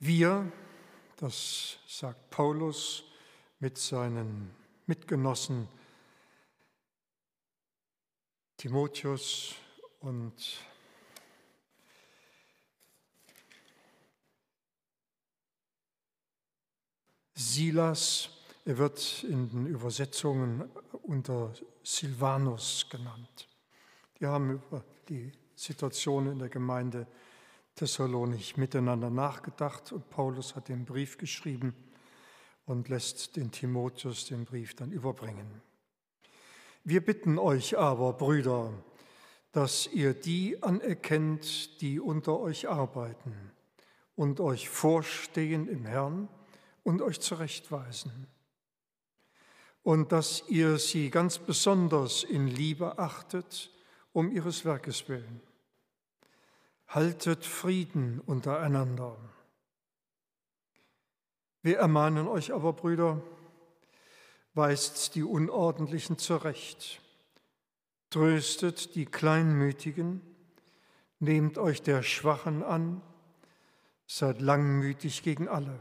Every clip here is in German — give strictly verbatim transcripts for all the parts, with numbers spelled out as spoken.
Wir, das sagt Paulus mit seinen Mitgenossen Timotheus und Silas, er wird in den Übersetzungen unter Silvanus genannt. Die haben über die Situation in der Gemeinde Thessalonich miteinander nachgedacht und Paulus hat den Brief geschrieben und lässt den Timotheus den Brief dann überbringen. Wir bitten euch aber, Brüder, dass ihr die anerkennt, die unter euch arbeiten und euch vorstehen im Herrn und euch zurechtweisen. Und dass ihr sie ganz besonders in Liebe achtet, um ihres Werkes willen. Haltet Frieden untereinander. Wir ermahnen euch aber, Brüder, weist die Unordentlichen zurecht, tröstet die Kleinmütigen, nehmt euch der Schwachen an, seid langmütig gegen alle.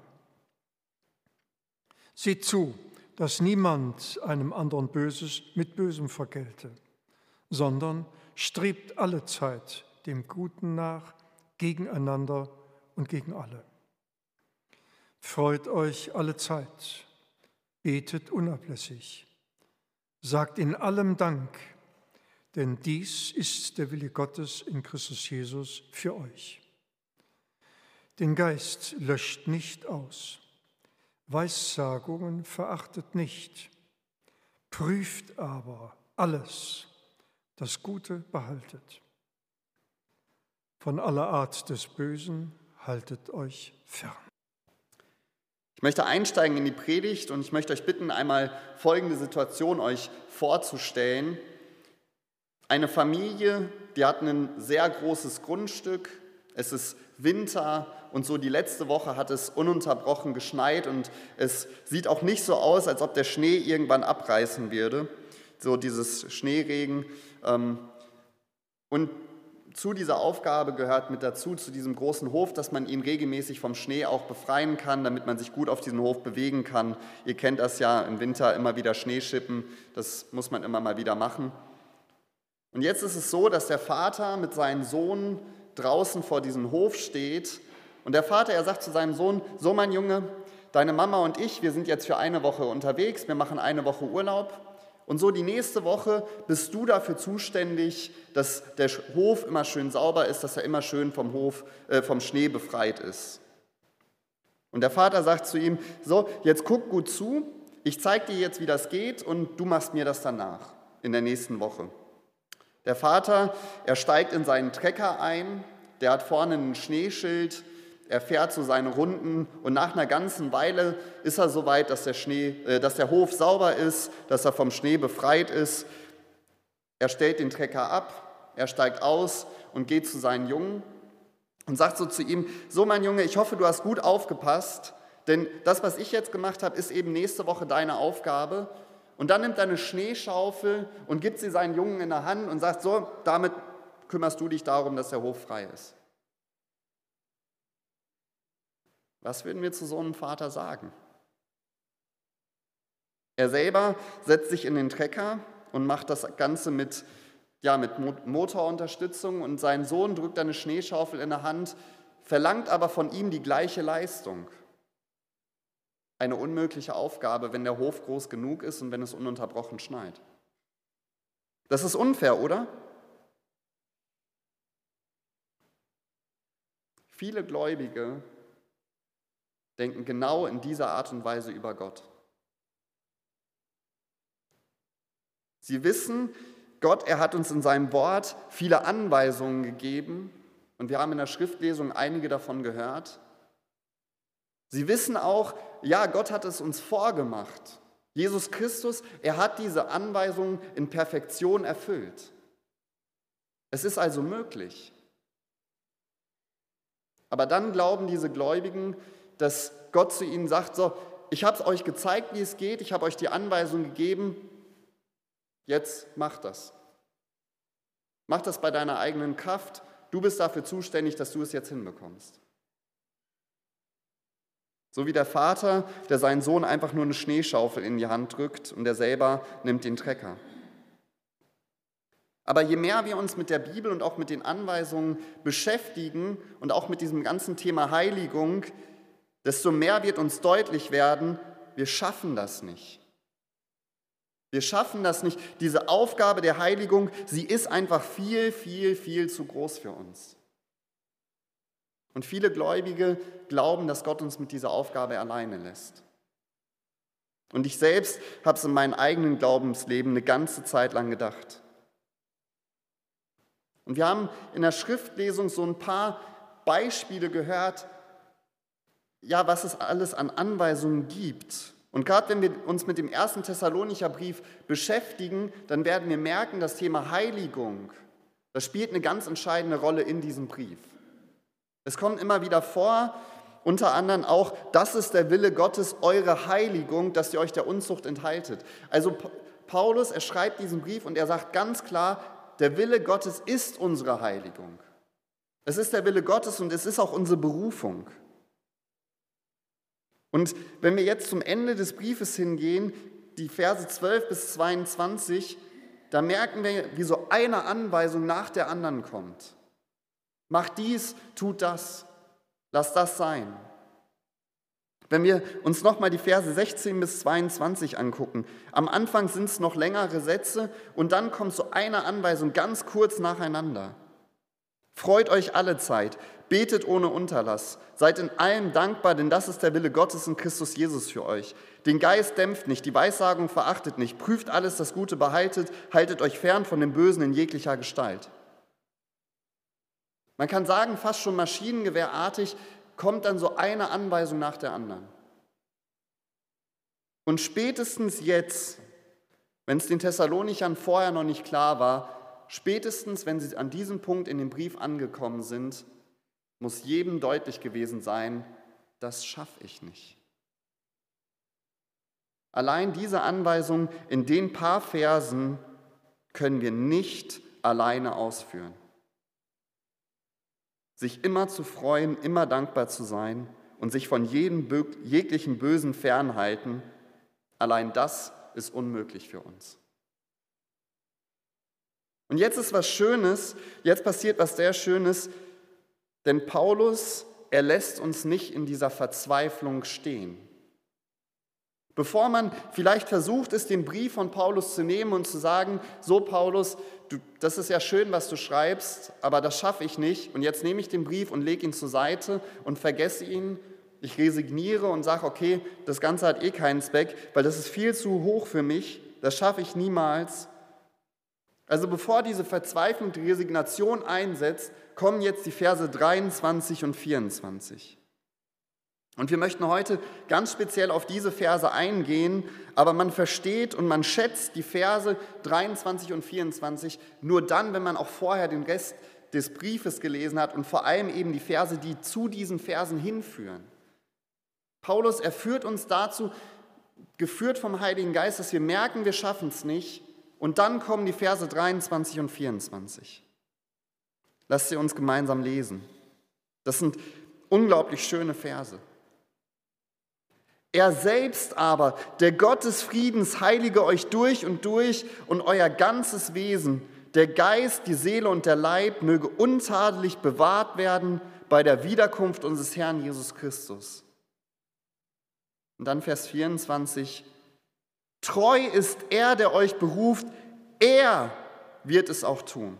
Seht zu, dass niemand einem anderen Böses mit Bösem vergelte, sondern strebt allezeit dem Guten nach, gegeneinander und gegen alle. Freut euch allezeit, betet unablässig, sagt in allem Dank, denn dies ist der Wille Gottes in Christus Jesus für euch. Den Geist löscht nicht aus, Weissagungen verachtet nicht, prüft aber alles, das Gute behaltet. Von aller Art des Bösen haltet euch fern. Ich möchte einsteigen in die Predigt und ich möchte euch bitten, einmal folgende Situation euch vorzustellen. Eine Familie, die hat ein sehr großes Grundstück, es ist Winter und so die letzte Woche hat es ununterbrochen geschneit und es sieht auch nicht so aus, als ob der Schnee irgendwann abreißen würde, so dieses Schneeregen. Und zu dieser Aufgabe gehört mit dazu, zu diesem großen Hof, dass man ihn regelmäßig vom Schnee auch befreien kann, damit man sich gut auf diesen Hof bewegen kann. Ihr kennt das ja, im Winter immer wieder Schneeschippen, das muss man immer mal wieder machen. Und jetzt ist es so, dass der Vater mit seinem Sohn draußen vor diesem Hof steht und der Vater, er sagt zu seinem Sohn, so mein Junge, deine Mama und ich, wir sind jetzt für eine Woche unterwegs, wir machen eine Woche Urlaub. Und so die nächste Woche bist du dafür zuständig, dass der Hof immer schön sauber ist, dass er immer schön vom Hof, äh, vom Schnee befreit ist. Und der Vater sagt zu ihm, so, jetzt guck gut zu, ich zeige dir jetzt, wie das geht und du machst mir das danach, in der nächsten Woche. Der Vater, er steigt in seinen Trecker ein, der hat vorne ein Schneeschild, er fährt so seine Runden und nach einer ganzen Weile ist er so weit, dass der, Schnee, äh, dass der Hof sauber ist, dass er vom Schnee befreit ist. Er stellt den Trecker ab, er steigt aus und geht zu seinen Jungen und sagt so zu ihm, so mein Junge, ich hoffe, du hast gut aufgepasst, denn das, was ich jetzt gemacht habe, ist eben nächste Woche deine Aufgabe. Und dann nimmt er eine Schneeschaufel und gibt sie seinen Jungen in der Hand und sagt, so, damit kümmerst du dich darum, dass der Hof frei ist. Was würden wir zu so einem Vater sagen? Er selber setzt sich in den Trecker und macht das Ganze mit, ja, mit Motorunterstützung und sein Sohn drückt eine Schneeschaufel in der Hand, verlangt aber von ihm die gleiche Leistung. Eine unmögliche Aufgabe, wenn der Hof groß genug ist und wenn es ununterbrochen schneit. Das ist unfair, oder? Viele Gläubige denken genau in dieser Art und Weise über Gott. Sie wissen, Gott, er hat uns in seinem Wort viele Anweisungen gegeben und wir haben in der Schriftlesung einige davon gehört. Sie wissen auch, ja, Gott hat es uns vorgemacht. Jesus Christus, er hat diese Anweisungen in Perfektion erfüllt. Es ist also möglich. Aber dann glauben diese Gläubigen, dass Gott zu ihnen sagt, so, ich habe es euch gezeigt, wie es geht, ich habe euch die Anweisung gegeben, jetzt mach das. Mach das bei deiner eigenen Kraft, du bist dafür zuständig, dass du es jetzt hinbekommst. So wie der Vater, der seinen Sohn einfach nur eine Schneeschaufel in die Hand drückt und der selber nimmt den Trecker. Aber je mehr wir uns mit der Bibel und auch mit den Anweisungen beschäftigen und auch mit diesem ganzen Thema Heiligung, desto mehr wird uns deutlich werden, wir schaffen das nicht. Wir schaffen das nicht. Diese Aufgabe der Heiligung, sie ist einfach viel, viel, viel zu groß für uns. Und viele Gläubige glauben, dass Gott uns mit dieser Aufgabe alleine lässt. Und ich selbst habe es in meinem eigenen Glaubensleben eine ganze Zeit lang gedacht. Und wir haben in der Schriftlesung so ein paar Beispiele gehört, ja, was es alles an Anweisungen gibt. Und gerade wenn wir uns mit dem ersten Thessalonicher Brief beschäftigen, dann werden wir merken, das Thema Heiligung, das spielt eine ganz entscheidende Rolle in diesem Brief. Es kommt immer wieder vor, unter anderem auch, das ist der Wille Gottes, eure Heiligung, dass ihr euch der Unzucht enthaltet. Also Paulus, er schreibt diesen Brief und er sagt ganz klar, der Wille Gottes ist unsere Heiligung. Es ist der Wille Gottes und es ist auch unsere Berufung. Und wenn wir jetzt zum Ende des Briefes hingehen, die Verse zwölf bis zweiundzwanzig, da merken wir, wie so eine Anweisung nach der anderen kommt. Macht dies, tut das, lasst das sein. Wenn wir uns nochmal die Verse sechzehn bis zweiundzwanzig angucken, am Anfang sind es noch längere Sätze und dann kommt so eine Anweisung ganz kurz nacheinander. Freut euch alle Zeit, betet ohne Unterlass, seid in allem dankbar, denn das ist der Wille Gottes in Christus Jesus für euch. Den Geist dämpft nicht, die Weissagung verachtet nicht, prüft alles, das Gute behaltet, haltet euch fern von dem Bösen in jeglicher Gestalt. Man kann sagen, fast schon maschinengewehrartig kommt dann so eine Anweisung nach der anderen. Und spätestens jetzt, wenn es den Thessalonichern vorher noch nicht klar war, spätestens, wenn sie an diesem Punkt in dem Brief angekommen sind, muss jedem deutlich gewesen sein, das schaffe ich nicht. Allein diese Anweisung in den paar Versen können wir nicht alleine ausführen. Sich immer zu freuen, immer dankbar zu sein und sich von jedem jeglichen Bösen fernhalten, allein das ist unmöglich für uns. Und jetzt ist was Schönes, jetzt passiert was sehr Schönes, denn Paulus, er lässt uns nicht in dieser Verzweiflung stehen. Bevor man vielleicht versucht ist, den Brief von Paulus zu nehmen und zu sagen, so Paulus, du, das ist ja schön, was du schreibst, aber das schaffe ich nicht und jetzt nehme ich den Brief und lege ihn zur Seite und vergesse ihn, ich resigniere und sage, okay, das Ganze hat eh keinen Zweck, weil das ist viel zu hoch für mich, das schaffe ich niemals. Also bevor diese Verzweiflung, die Resignation einsetzt, kommen jetzt die Verse dreiundzwanzig und vierundzwanzig. Und wir möchten heute ganz speziell auf diese Verse eingehen, aber man versteht und man schätzt die Verse dreiundzwanzig und vierundzwanzig nur dann, wenn man auch vorher den Rest des Briefes gelesen hat und vor allem eben die Verse, die zu diesen Versen hinführen. Paulus, er führt uns dazu, geführt vom Heiligen Geist, dass wir merken, wir schaffen es nicht. Und dann kommen die Verse dreiundzwanzig und vierundzwanzig. Lasst sie uns gemeinsam lesen. Das sind unglaublich schöne Verse. Er selbst aber, der Gott des Friedens, heilige euch durch und durch und euer ganzes Wesen, der Geist, die Seele und der Leib möge untadelig bewahrt werden bei der Wiederkunft unseres Herrn Jesus Christus. Und dann Vers vierundzwanzig. Treu ist er, der euch beruft, er wird es auch tun.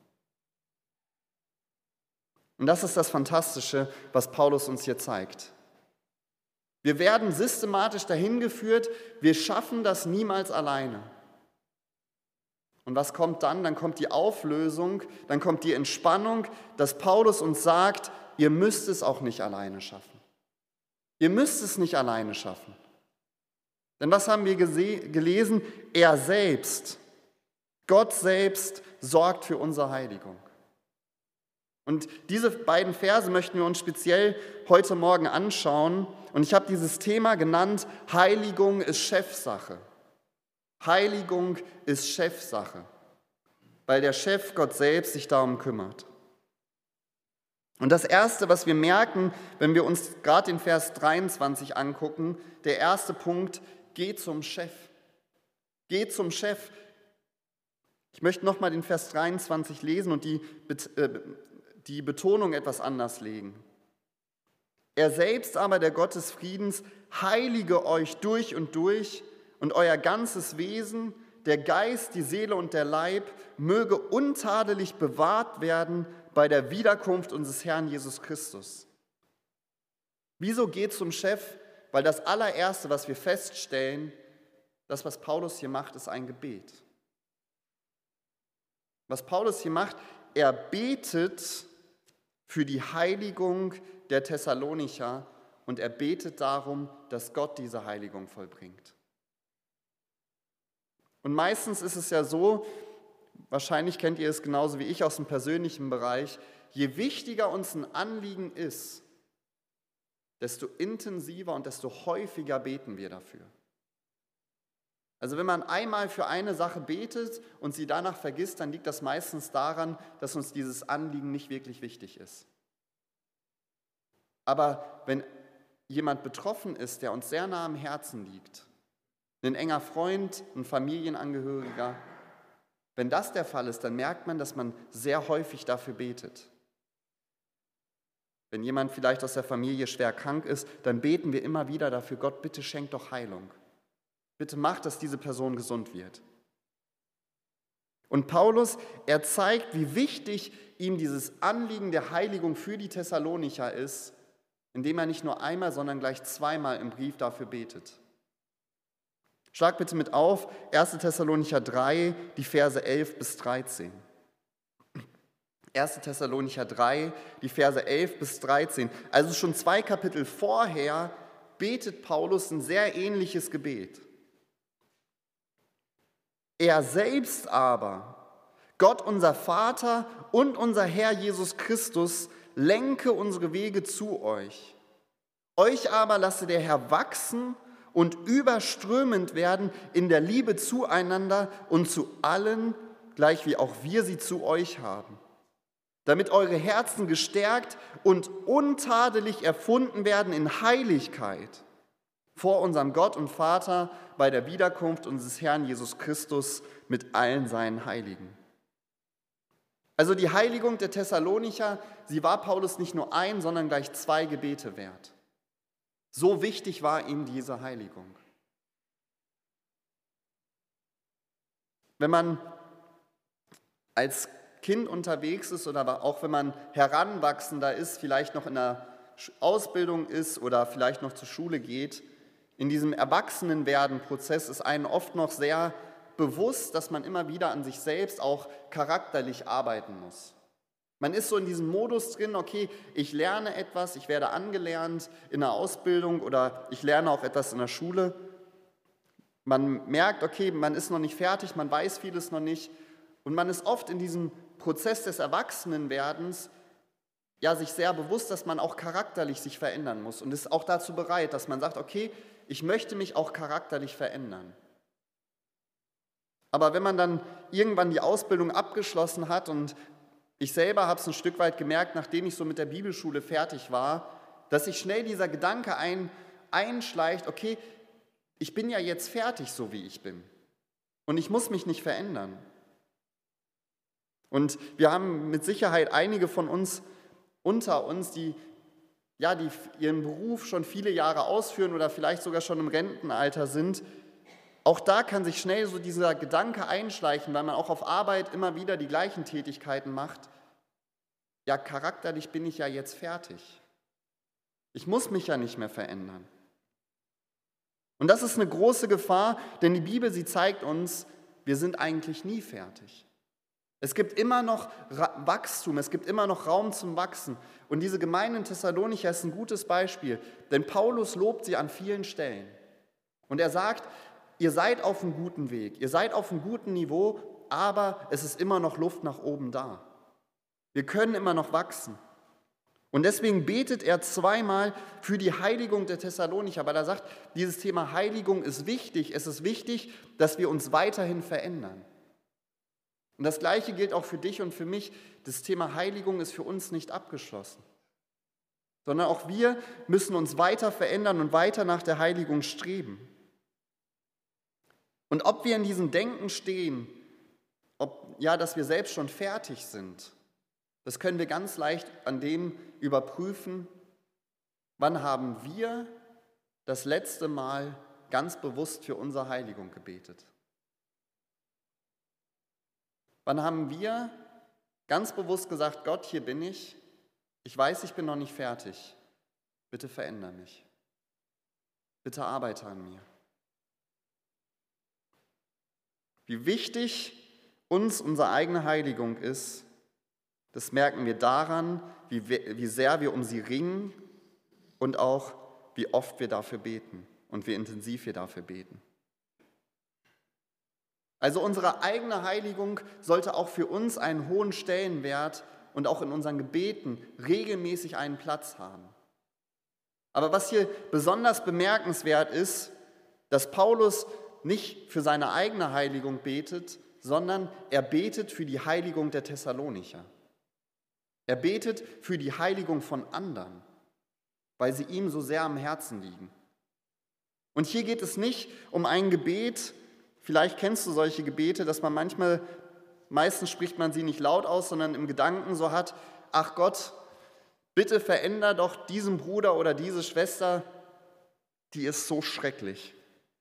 Und das ist das Fantastische, was Paulus uns hier zeigt. Wir werden systematisch dahin geführt, wir schaffen das niemals alleine. Und was kommt dann? Dann kommt die Auflösung, dann kommt die Entspannung, dass Paulus uns sagt, ihr müsst es auch nicht alleine schaffen. Ihr müsst es nicht alleine schaffen. Denn was haben wir gese- gelesen? Er selbst, Gott selbst sorgt für unsere Heiligung. Und diese beiden Verse möchten wir uns speziell heute Morgen anschauen. Und ich habe dieses Thema genannt, Heiligung ist Chefsache. Heiligung ist Chefsache, weil der Chef Gott selbst sich darum kümmert. Und das Erste, was wir merken, wenn wir uns gerade den Vers dreiundzwanzig angucken, der erste Punkt, geh zum Chef. Geh zum Chef. Ich möchte nochmal den Vers dreiundzwanzig lesen und die, die Betonung etwas anders legen. Er selbst aber, der Gott des Friedens, heilige euch durch und durch und euer ganzes Wesen, der Geist, die Seele und der Leib, möge untadelig bewahrt werden bei der Wiederkunft unseres Herrn Jesus Christus. Wieso geht zum Chef? Weil das allererste, was wir feststellen, das, was Paulus hier macht, ist ein Gebet. Was Paulus hier macht, er betet für die Heiligung der Thessalonicher und er betet darum, dass Gott diese Heiligung vollbringt. Und meistens ist es ja so, wahrscheinlich kennt ihr es genauso wie ich aus dem persönlichen Bereich, je wichtiger uns ein Anliegen ist, desto intensiver und desto häufiger beten wir dafür. Also wenn man einmal für eine Sache betet und sie danach vergisst, dann liegt das meistens daran, dass uns dieses Anliegen nicht wirklich wichtig ist. Aber wenn jemand betroffen ist, der uns sehr nah am Herzen liegt, ein enger Freund, ein Familienangehöriger, wenn das der Fall ist, dann merkt man, dass man sehr häufig dafür betet. Wenn jemand vielleicht aus der Familie schwer krank ist, dann beten wir immer wieder dafür, Gott, bitte schenk doch Heilung. Bitte mach, dass diese Person gesund wird. Und Paulus, er zeigt, wie wichtig ihm dieses Anliegen der Heiligung für die Thessalonicher ist, indem er nicht nur einmal, sondern gleich zweimal im Brief dafür betet. Schlag bitte mit auf, erster Thessalonicher drei, die Verse elf bis dreizehn. erster Thessalonicher drei, die Verse elf bis dreizehn. Also schon zwei Kapitel vorher betet Paulus ein sehr ähnliches Gebet. Er selbst aber, Gott unser Vater und unser Herr Jesus Christus, lenke unsere Wege zu euch. Euch aber lasse der Herr wachsen und überströmend werden in der Liebe zueinander und zu allen, gleich wie auch wir sie zu euch haben, damit eure Herzen gestärkt und untadelig erfunden werden in Heiligkeit vor unserem Gott und Vater bei der Wiederkunft unseres Herrn Jesus Christus mit allen seinen Heiligen. Also die Heiligung der Thessalonicher, sie war Paulus nicht nur ein, sondern gleich zwei Gebete wert. So wichtig war ihm diese Heiligung. Wenn man als Kind unterwegs ist oder auch wenn man heranwachsender ist, vielleicht noch in der Ausbildung ist oder vielleicht noch zur Schule geht, in diesem Erwachsenenwerden-Prozess ist einem oft noch sehr bewusst, dass man immer wieder an sich selbst auch charakterlich arbeiten muss. Man ist so in diesem Modus drin, okay, ich lerne etwas, ich werde angelernt in der Ausbildung oder ich lerne auch etwas in der Schule. Man merkt, okay, man ist noch nicht fertig, man weiß vieles noch nicht und man ist oft in diesem Prozess des Erwachsenenwerdens ja sich sehr bewusst, dass man auch charakterlich sich verändern muss und ist auch dazu bereit, dass man sagt, okay, ich möchte mich auch charakterlich verändern. Aber wenn man dann irgendwann die Ausbildung abgeschlossen hat und ich selber habe es ein Stück weit gemerkt, nachdem ich so mit der Bibelschule fertig war, dass sich schnell dieser Gedanke ein, einschleicht, okay, ich bin ja jetzt fertig, so wie ich bin. Und ich muss mich nicht verändern. Und wir haben mit Sicherheit einige von uns unter uns, die, ja, die ihren Beruf schon viele Jahre ausführen oder vielleicht sogar schon im Rentenalter sind. Auch da kann sich schnell so dieser Gedanke einschleichen, weil man auch auf Arbeit immer wieder die gleichen Tätigkeiten macht. Ja, charakterlich bin ich ja jetzt fertig. Ich muss mich ja nicht mehr verändern. Und das ist eine große Gefahr, denn die Bibel, sie zeigt uns, wir sind eigentlich nie fertig. Es gibt immer noch Wachstum, es gibt immer noch Raum zum Wachsen. Und diese Gemeinde in Thessalonicher ist ein gutes Beispiel, denn Paulus lobt sie an vielen Stellen. Und er sagt, ihr seid auf einem guten Weg, ihr seid auf einem guten Niveau, aber es ist immer noch Luft nach oben da. Wir können immer noch wachsen. Und deswegen betet er zweimal für die Heiligung der Thessalonicher, weil er sagt, dieses Thema Heiligung ist wichtig. Es ist wichtig, dass wir uns weiterhin verändern. Und das Gleiche gilt auch für dich und für mich. Das Thema Heiligung ist für uns nicht abgeschlossen, sondern auch wir müssen uns weiter verändern und weiter nach der Heiligung streben. Und ob wir in diesem Denken stehen, ob, ja, dass wir selbst schon fertig sind, das können wir ganz leicht an dem überprüfen, wann haben wir das letzte Mal ganz bewusst für unsere Heiligung gebetet. Wann haben wir ganz bewusst gesagt, Gott, hier bin ich, ich weiß, ich bin noch nicht fertig, bitte veränder mich, bitte arbeite an mir. Wie wichtig uns unsere eigene Heiligung ist, das merken wir daran, wie, wie sehr wir um sie ringen und auch, wie oft wir dafür beten und wie intensiv wir dafür beten. Also unsere eigene Heiligung sollte auch für uns einen hohen Stellenwert und auch in unseren Gebeten regelmäßig einen Platz haben. Aber was hier besonders bemerkenswert ist, dass Paulus nicht für seine eigene Heiligung betet, sondern er betet für die Heiligung der Thessalonicher. Er betet für die Heiligung von anderen, weil sie ihm so sehr am Herzen liegen. Und hier geht es nicht um ein Gebet, vielleicht kennst du solche Gebete, dass man manchmal, meistens spricht man sie nicht laut aus, sondern im Gedanken so hat, ach Gott, bitte veränder doch diesen Bruder oder diese Schwester, die ist so schrecklich.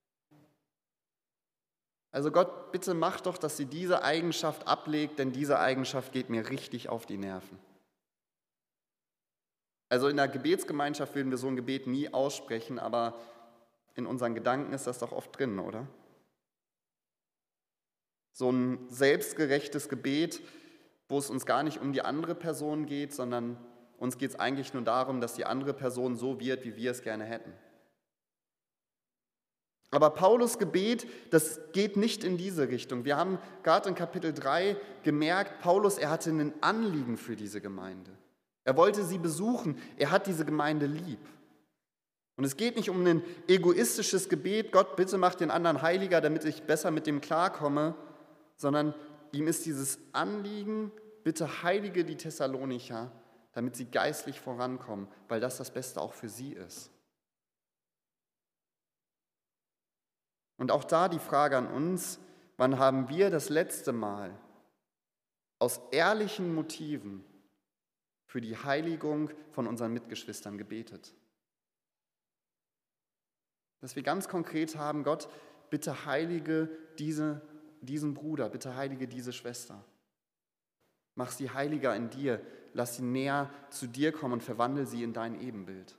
Also Gott, bitte mach doch, dass sie diese Eigenschaft ablegt, denn diese Eigenschaft geht mir richtig auf die Nerven. Also in der Gebetsgemeinschaft würden wir so ein Gebet nie aussprechen, aber in unseren Gedanken ist das doch oft drin, oder? So ein selbstgerechtes Gebet, wo es uns gar nicht um die andere Person geht, sondern uns geht es eigentlich nur darum, dass die andere Person so wird, wie wir es gerne hätten. Aber Paulus' Gebet, das geht nicht in diese Richtung. Wir haben gerade in Kapitel drei gemerkt, Paulus, er hatte ein Anliegen für diese Gemeinde. Er wollte sie besuchen, er hat diese Gemeinde lieb. Und es geht nicht um ein egoistisches Gebet, Gott, bitte mach den anderen heiliger, damit ich besser mit dem klarkomme, sondern ihm ist dieses Anliegen, bitte heilige die Thessalonicher, damit sie geistlich vorankommen, weil das das Beste auch für sie ist. Und auch da die Frage an uns, wann haben wir das letzte Mal aus ehrlichen Motiven für die Heiligung von unseren Mitgeschwistern gebetet? Dass wir ganz konkret haben, Gott, bitte heilige diese, diesen Bruder, bitte heilige diese Schwester. Mach sie heiliger in dir, lass sie näher zu dir kommen und verwandle sie in dein Ebenbild.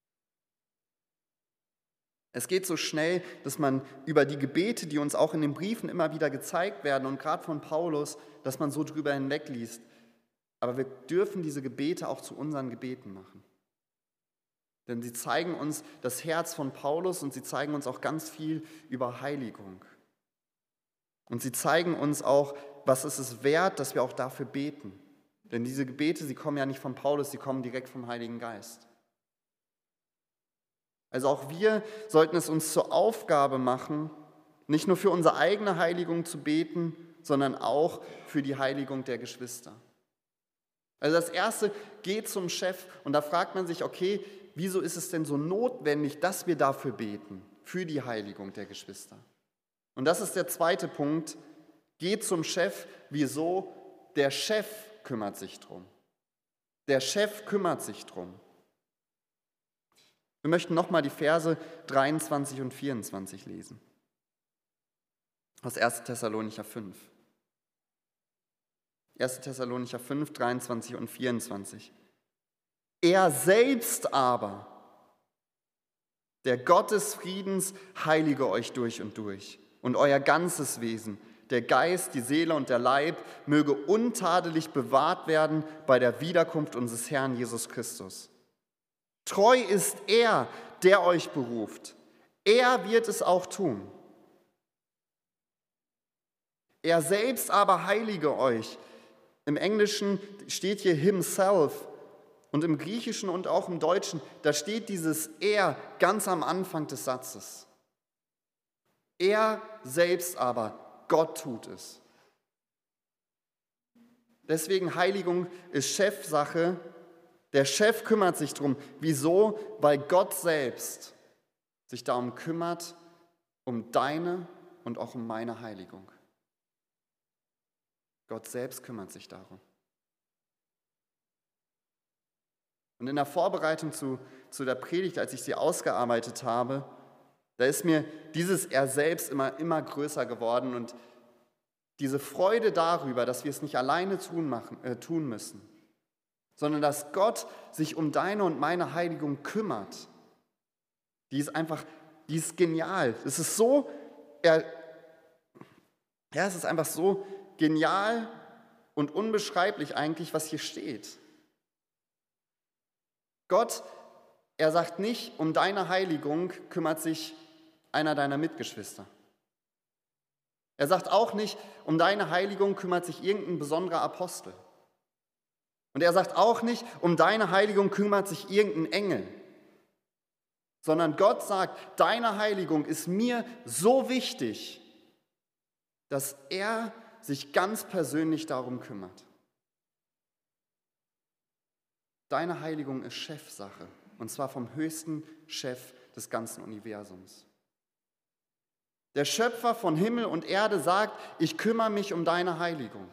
Es geht so schnell, dass man über die Gebete, die uns auch in den Briefen immer wieder gezeigt werden und gerade von Paulus, dass man so drüber hinwegliest. Aber wir dürfen diese Gebete auch zu unseren Gebeten machen. Denn sie zeigen uns das Herz von Paulus und sie zeigen uns auch ganz viel über Heiligung. Und sie zeigen uns auch, was ist es wert, dass wir auch dafür beten. Denn diese Gebete, sie kommen ja nicht von Paulus, sie kommen direkt vom Heiligen Geist. Also auch wir sollten es uns zur Aufgabe machen, nicht nur für unsere eigene Heiligung zu beten, sondern auch für die Heiligung der Geschwister. Also das Erste, geht zum Chef und da fragt man sich, okay, wieso ist es denn so notwendig, dass wir dafür beten, für die Heiligung der Geschwister? Und das ist der zweite Punkt, geht zum Chef, wieso? Der Chef kümmert sich drum. Der Chef kümmert sich drum. Wir möchten nochmal die Verse dreiundzwanzig und vierundzwanzig lesen. Aus erster Thessalonicher fünf. erster Thessalonicher fünf, dreiundzwanzig und vierundzwanzig. Er selbst aber, der Gott des Friedens, heilige euch durch und durch und euer ganzes Wesen, der Geist, die Seele und der Leib, möge untadelig bewahrt werden bei der Wiederkunft unseres Herrn Jesus Christus. Treu ist er, der euch beruft. Er wird es auch tun. Er selbst aber heilige euch. Im Englischen steht hier himself und im Griechischen und auch im Deutschen, da steht dieses er ganz am Anfang des Satzes. Er selbst aber, Gott tut es. Deswegen Heiligung ist Chefsache. Der Chef kümmert sich darum. Wieso? Weil Gott selbst sich darum kümmert, um deine und auch um meine Heiligung. Gott selbst kümmert sich darum. Und in der Vorbereitung zu, zu der Predigt, als ich sie ausgearbeitet habe, da ist mir dieses Er selbst immer, immer größer geworden und diese Freude darüber, dass wir es nicht alleine tun, machen, äh, tun müssen, sondern dass Gott sich um deine und meine Heiligung kümmert, die ist einfach, die ist genial. Es ist so, er, ja, es ist einfach so genial und unbeschreiblich eigentlich, was hier steht. Gott, er sagt nicht, um deine Heiligung kümmert sich einer deiner Mitgeschwister. Er sagt auch nicht, um deine Heiligung kümmert sich irgendein besonderer Apostel. Und er sagt auch nicht, um deine Heiligung kümmert sich irgendein Engel. Sondern Gott sagt, deine Heiligung ist mir so wichtig, dass er sich ganz persönlich darum kümmert. Deine Heiligung ist Chefsache, und zwar vom höchsten Chef des ganzen Universums. Der Schöpfer von Himmel und Erde sagt, ich kümmere mich um deine Heiligung.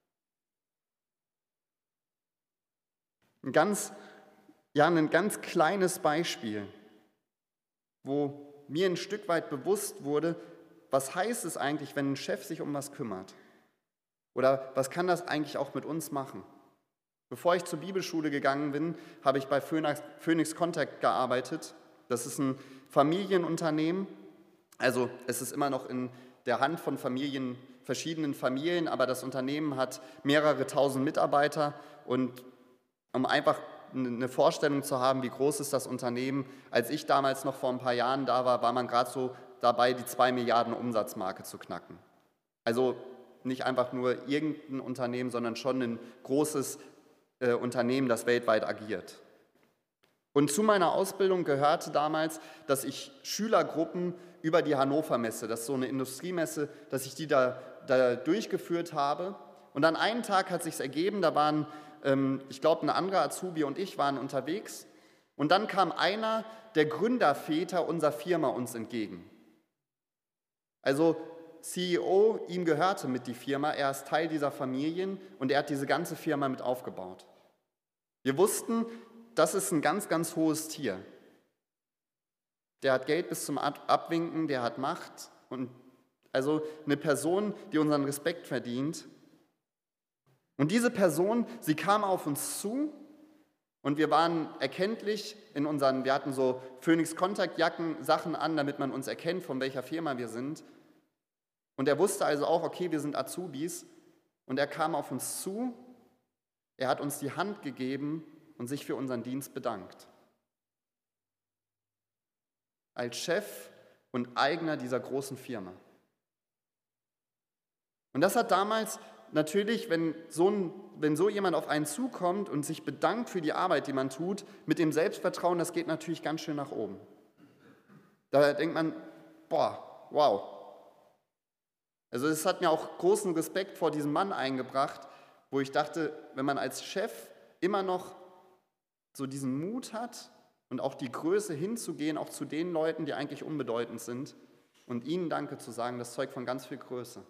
Ein ganz, ja, ein ganz kleines Beispiel, wo mir ein Stück weit bewusst wurde, was heißt es eigentlich, wenn ein Chef sich um was kümmert? Oder was kann das eigentlich auch mit uns machen? Bevor ich zur Bibelschule gegangen bin, habe ich bei Phoenix, Phoenix Contact gearbeitet. Das ist ein Familienunternehmen. Also es ist immer noch in der Hand von Familien, verschiedenen Familien, aber das Unternehmen hat mehrere tausend Mitarbeiter. Und um einfach eine Vorstellung zu haben, wie groß ist das Unternehmen, als ich damals noch vor ein paar Jahren da war, war man gerade so dabei, die zwei Milliarden Umsatzmarke zu knacken. Also nicht einfach nur irgendein Unternehmen, sondern schon ein großes äh, Unternehmen, das weltweit agiert. Und zu meiner Ausbildung gehörte damals, dass ich Schülergruppen über die Hannover Messe, das ist so eine Industriemesse, dass ich die da, da durchgeführt habe. Und an einem Tag hat es sich ergeben, da waren, ähm, ich glaube, ein anderer Azubi und ich waren unterwegs. Und dann kam einer der Gründerväter unserer Firma uns entgegen. Also C E O, ihm gehörte mit die Firma, er ist Teil dieser Familien und er hat diese ganze Firma mit aufgebaut. Wir wussten, das ist ein ganz, ganz hohes Tier. Der hat Geld bis zum Abwinken, der hat Macht und also eine Person, die unseren Respekt verdient. Und diese Person, sie kam auf uns zu und wir waren erkenntlich in unseren, wir hatten so Phoenix Contact Jacken, Sachen an, damit man uns erkennt, von welcher Firma wir sind. Und er wusste also auch, okay, wir sind Azubis und er kam auf uns zu, er hat uns die Hand gegeben und sich für unseren Dienst bedankt. Als Chef und Eigner dieser großen Firma. Und das hat damals natürlich, wenn so, ein, wenn so jemand auf einen zukommt und sich bedankt für die Arbeit, die man tut, mit dem Selbstvertrauen, das geht natürlich ganz schön nach oben. Da denkt man, boah, wow. Also es hat mir auch großen Respekt vor diesem Mann eingebracht, wo ich dachte, wenn man als Chef immer noch so diesen Mut hat und auch die Größe hinzugehen, auch zu den Leuten, die eigentlich unbedeutend sind, und ihnen Danke zu sagen, das zeugt von ganz viel Größe.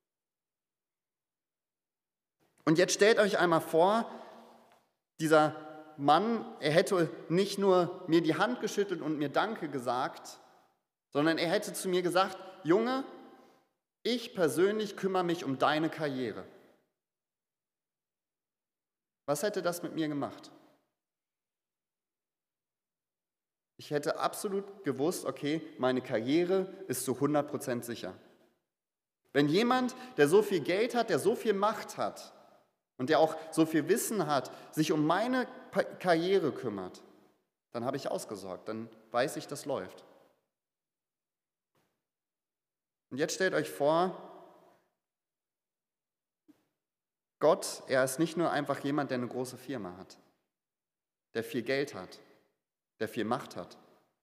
Und jetzt stellt euch einmal vor, dieser Mann, er hätte nicht nur mir die Hand geschüttelt und mir Danke gesagt, sondern er hätte zu mir gesagt, Junge, ich persönlich kümmere mich um deine Karriere. Was hätte das mit mir gemacht? Ich hätte absolut gewusst, okay, meine Karriere ist zu hundert Prozent sicher. Wenn jemand, der so viel Geld hat, der so viel Macht hat und der auch so viel Wissen hat, sich um meine Karriere kümmert, dann habe ich ausgesorgt, dann weiß ich, das läuft. Und jetzt stellt euch vor, Gott, er ist nicht nur einfach jemand, der eine große Firma hat, der viel Geld hat, der viel Macht hat,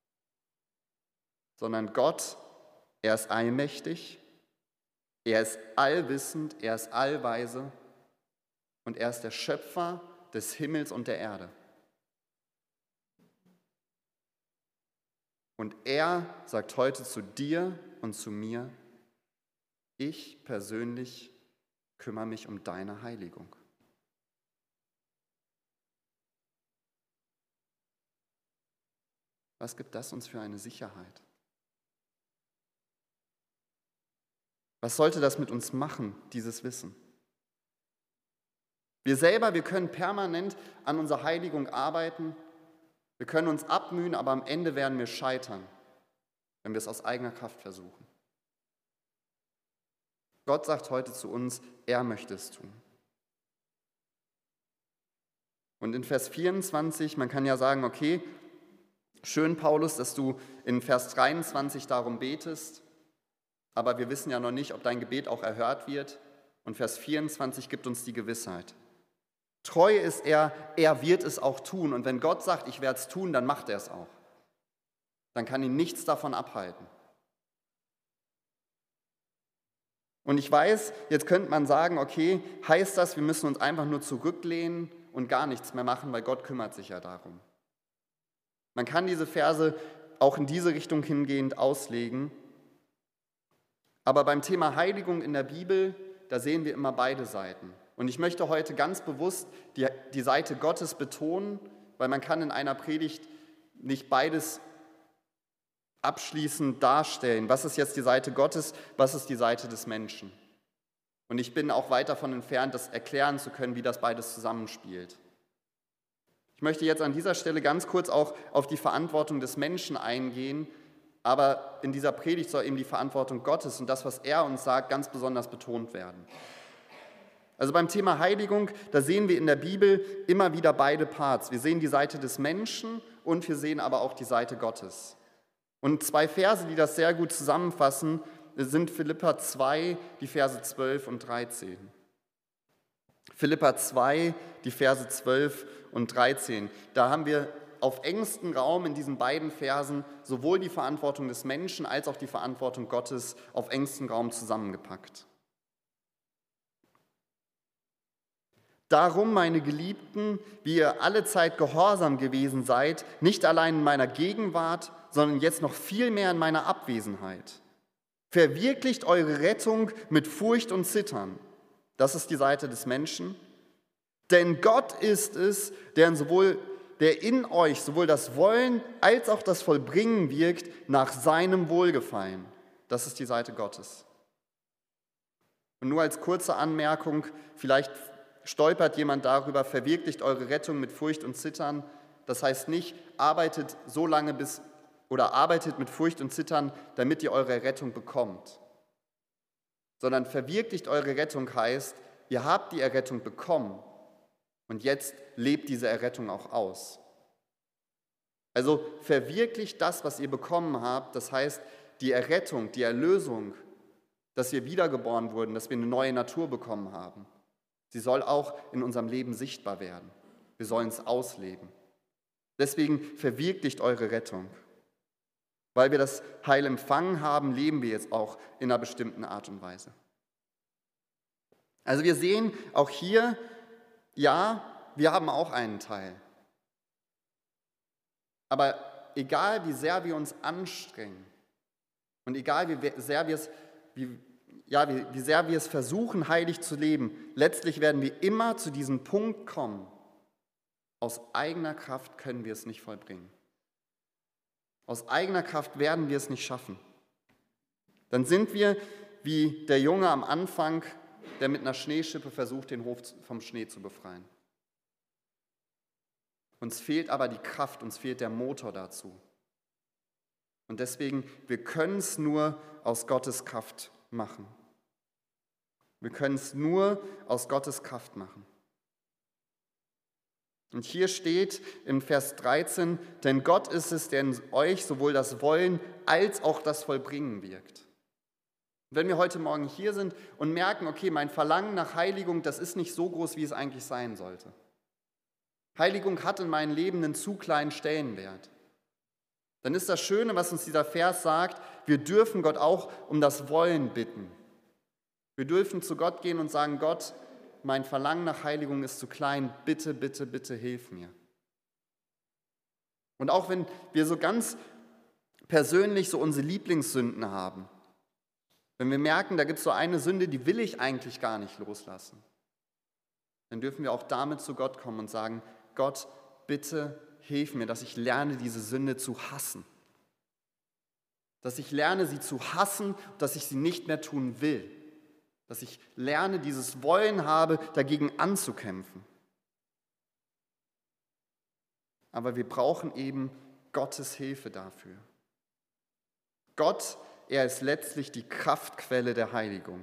sondern Gott, er ist allmächtig, er ist allwissend, er ist allweise und er ist der Schöpfer des Himmels und der Erde. Und er sagt heute zu dir und zu mir, ich persönlich kümmere mich um deine Heiligung. Was gibt das uns für eine Sicherheit? Was sollte das mit uns machen, dieses Wissen? Wir selber, wir können permanent an unserer Heiligung arbeiten. Wir können uns abmühen, aber am Ende werden wir scheitern, wenn wir es aus eigener Kraft versuchen. Gott sagt heute zu uns, er möchte es tun. Und in Vers vierundzwanzig, man kann ja sagen, okay, schön, Paulus, dass du in Vers dreiundzwanzig darum betest, aber wir wissen ja noch nicht, ob dein Gebet auch erhört wird. Und Vers vierundzwanzig gibt uns die Gewissheit. Treu ist er, er wird es auch tun. Und wenn Gott sagt, ich werde es tun, dann macht er es auch. Dann kann ihn nichts davon abhalten. Und ich weiß, jetzt könnte man sagen, okay, heißt das, wir müssen uns einfach nur zurücklehnen und gar nichts mehr machen, weil Gott kümmert sich ja darum. Man kann diese Verse auch in diese Richtung hingehend auslegen. Aber beim Thema Heiligung in der Bibel, da sehen wir immer beide Seiten. Und ich möchte heute ganz bewusst die, die Seite Gottes betonen, weil man kann in einer Predigt nicht beides abschließend darstellen. Was ist jetzt die Seite Gottes, was ist die Seite des Menschen? Und ich bin auch weit davon entfernt, das erklären zu können, wie das beides zusammenspielt. Ich möchte jetzt an dieser Stelle ganz kurz auch auf die Verantwortung des Menschen eingehen, aber in dieser Predigt soll eben die Verantwortung Gottes und das, was er uns sagt, ganz besonders betont werden. Also beim Thema Heiligung, da sehen wir in der Bibel immer wieder beide Parts. Wir sehen die Seite des Menschen und wir sehen aber auch die Seite Gottes. Und zwei Verse, die das sehr gut zusammenfassen, sind Philipper zwei, die Verse zwölf und dreizehn. Philipper zwei, die Verse zwölf und dreizehn. Da haben wir auf engstem Raum in diesen beiden Versen sowohl die Verantwortung des Menschen als auch die Verantwortung Gottes auf engstem Raum zusammengepackt. Darum, meine Geliebten, wie ihr alle Zeit gehorsam gewesen seid, nicht allein in meiner Gegenwart, sondern jetzt noch viel mehr in meiner Abwesenheit. Verwirklicht eure Rettung mit Furcht und Zittern. Das ist die Seite des Menschen. Denn Gott ist es, der in, sowohl, der in euch sowohl das Wollen als auch das Vollbringen wirkt nach seinem Wohlgefallen. Das ist die Seite Gottes. Und nur als kurze Anmerkung, vielleicht stolpert jemand darüber, verwirklicht eure Rettung mit Furcht und Zittern. Das heißt nicht, arbeitet so lange bis oder arbeitet mit Furcht und Zittern, damit ihr eure Rettung bekommt. Sondern verwirklicht eure Rettung heißt, ihr habt die Errettung bekommen und jetzt lebt diese Errettung auch aus. Also verwirklicht das, was ihr bekommen habt, das heißt die Errettung, die Erlösung, dass wir wiedergeboren wurden, dass wir eine neue Natur bekommen haben. Sie soll auch in unserem Leben sichtbar werden. Wir sollen es ausleben. Deswegen verwirklicht eure Rettung. Weil wir das Heil empfangen haben, leben wir jetzt auch in einer bestimmten Art und Weise. Also wir sehen auch hier, ja, wir haben auch einen Teil. Aber egal wie sehr wir uns anstrengen und egal wie sehr wir es, wie, ja, wie, wie sehr wir es versuchen, heilig zu leben, letztlich werden wir immer zu diesem Punkt kommen, aus eigener Kraft können wir es nicht vollbringen. Aus eigener Kraft werden wir es nicht schaffen. Dann sind wir wie der Junge am Anfang, der mit einer Schneeschippe versucht, den Hof vom Schnee zu befreien. Uns fehlt aber die Kraft, uns fehlt der Motor dazu. Und deswegen, wir können es nur aus Gottes Kraft machen. Wir können es nur aus Gottes Kraft machen. Und hier steht im Vers dreizehn, denn Gott ist es, der in euch sowohl das Wollen als auch das Vollbringen wirkt. Und wenn wir heute Morgen hier sind und merken, okay, mein Verlangen nach Heiligung, das ist nicht so groß, wie es eigentlich sein sollte. Heiligung hat in meinem Leben einen zu kleinen Stellenwert. Dann ist das Schöne, was uns dieser Vers sagt, wir dürfen Gott auch um das Wollen bitten. Wir dürfen zu Gott gehen und sagen, Gott, mein Verlangen nach Heiligung ist zu klein, bitte, bitte, bitte hilf mir. Und auch wenn wir so ganz persönlich so unsere Lieblingssünden haben, wenn wir merken, da gibt es so eine Sünde, die will ich eigentlich gar nicht loslassen, dann dürfen wir auch damit zu Gott kommen und sagen, Gott, bitte hilf mir, dass ich lerne, diese Sünde zu hassen. Dass ich lerne, sie zu hassen, dass ich sie nicht mehr tun will. Dass ich lerne, dieses Wollen habe, dagegen anzukämpfen. Aber wir brauchen eben Gottes Hilfe dafür. Gott, er ist letztlich die Kraftquelle der Heiligung.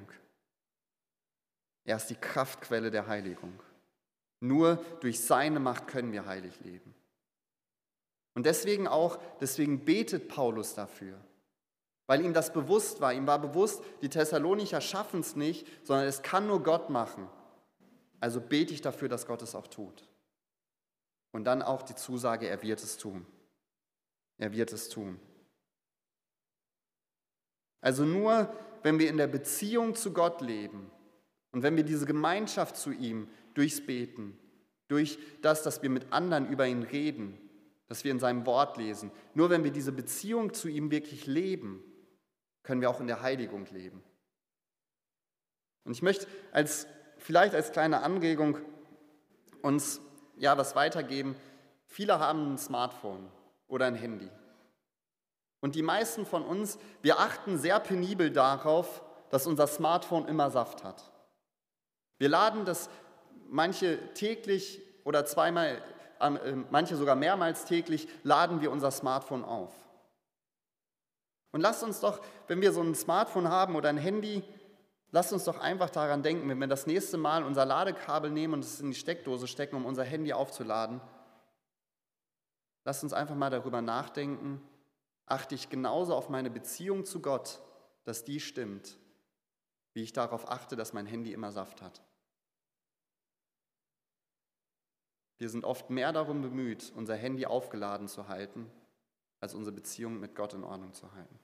Er ist die Kraftquelle der Heiligung. Nur durch seine Macht können wir heilig leben. Und deswegen auch, deswegen betet Paulus dafür. Weil ihm das bewusst war. Ihm war bewusst, die Thessalonicher schaffen es nicht, sondern es kann nur Gott machen. Also bete ich dafür, dass Gott es auch tut. Und dann auch die Zusage, er wird es tun. Er wird es tun. Also nur, wenn wir in der Beziehung zu Gott leben und wenn wir diese Gemeinschaft zu ihm durchs Beten, durch das, dass wir mit anderen über ihn reden, dass wir in seinem Wort lesen, nur wenn wir diese Beziehung zu ihm wirklich leben, können wir auch in der Heiligung leben. Und ich möchte als, vielleicht als kleine Anregung uns ja, was weitergeben. Viele haben ein Smartphone oder ein Handy. Und die meisten von uns, wir achten sehr penibel darauf, dass unser Smartphone immer Saft hat. Wir laden das manche täglich oder zweimal, äh, manche sogar mehrmals täglich, laden wir unser Smartphone auf. Und lasst uns doch, wenn wir so ein Smartphone haben oder ein Handy, lasst uns doch einfach daran denken, wenn wir das nächste Mal unser Ladekabel nehmen und es in die Steckdose stecken, um unser Handy aufzuladen, lasst uns einfach mal darüber nachdenken, achte ich genauso auf meine Beziehung zu Gott, dass die stimmt, wie ich darauf achte, dass mein Handy immer Saft hat. Wir sind oft mehr darum bemüht, unser Handy aufgeladen zu halten, als unsere Beziehung mit Gott in Ordnung zu halten.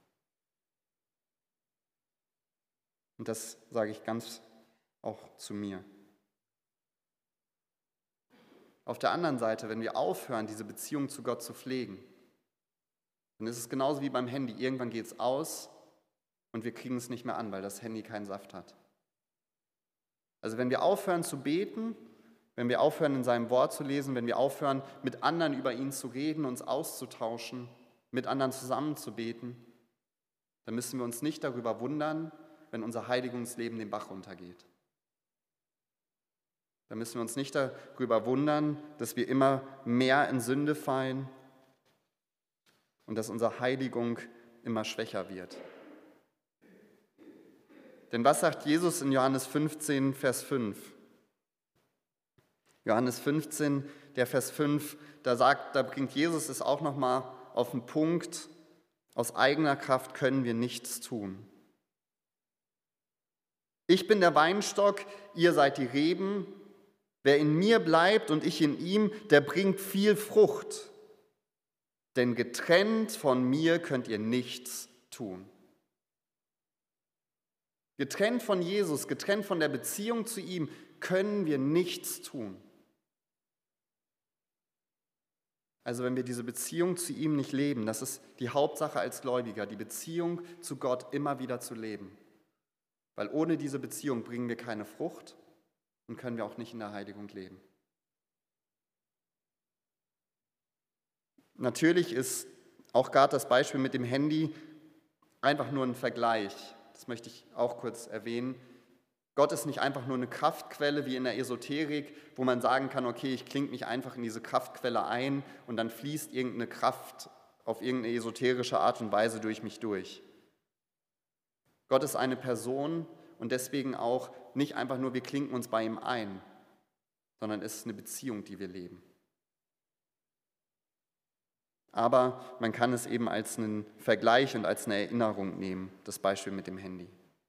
Und das sage ich ganz auch zu mir. Auf der anderen Seite, wenn wir aufhören, diese Beziehung zu Gott zu pflegen, dann ist es genauso wie beim Handy. Irgendwann geht es aus und wir kriegen es nicht mehr an, weil das Handy keinen Saft hat. Also wenn wir aufhören zu beten, wenn wir aufhören, in seinem Wort zu lesen, wenn wir aufhören, mit anderen über ihn zu reden, uns auszutauschen, mit anderen zusammen zu beten, dann müssen wir uns nicht darüber wundern, wenn unser Heiligungsleben den Bach runtergeht. Dann müssen wir uns nicht darüber wundern, dass wir immer mehr in Sünde fallen und dass unsere Heiligung immer schwächer wird. Denn was sagt Jesus in Johannes fünfzehn, Vers fünf? Johannes fünfzehn, der Vers fünf, da sagt, da bringt Jesus es auch nochmal auf den Punkt, aus eigener Kraft können wir nichts tun. Ich bin der Weinstock, ihr seid die Reben. Wer in mir bleibt und ich in ihm, der bringt viel Frucht. Denn getrennt von mir könnt ihr nichts tun. Getrennt von Jesus, getrennt von der Beziehung zu ihm, können wir nichts tun. Also wenn wir diese Beziehung zu ihm nicht leben, das ist die Hauptsache als Gläubiger, die Beziehung zu Gott immer wieder zu leben. Weil ohne diese Beziehung bringen wir keine Frucht und können wir auch nicht in der Heiligung leben. Natürlich ist auch gerade das Beispiel mit dem Handy einfach nur ein Vergleich. Das möchte ich auch kurz erwähnen. Gott ist nicht einfach nur eine Kraftquelle wie in der Esoterik, wo man sagen kann, okay, ich klinke mich einfach in diese Kraftquelle ein und dann fließt irgendeine Kraft auf irgendeine esoterische Art und Weise durch mich durch. Gott ist eine Person und deswegen auch nicht einfach nur, wir klinken uns bei ihm ein, sondern es ist eine Beziehung, die wir leben. Aber man kann es eben als einen Vergleich und als eine Erinnerung nehmen, das Beispiel mit dem Handy.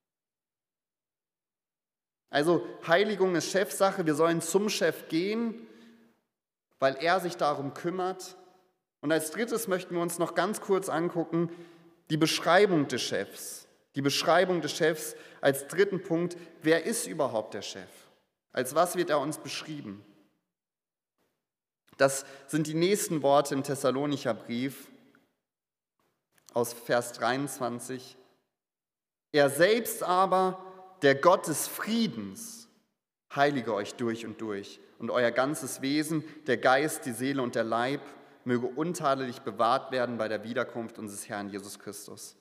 Also Heiligung ist Chefsache, wir sollen zum Chef gehen, weil er sich darum kümmert. Und als drittes möchten wir uns noch ganz kurz angucken, die Beschreibung des Chefs. Die Beschreibung des Chefs als dritten Punkt, wer ist überhaupt der Chef? Als was wird er uns beschrieben? Das sind die nächsten Worte im Thessalonicher Brief aus Vers dreiundzwanzig. Er selbst aber, der Gott des Friedens, heilige euch durch und durch und euer ganzes Wesen, der Geist, die Seele und der Leib, möge untadelig bewahrt werden bei der Wiederkunft unseres Herrn Jesus Christus.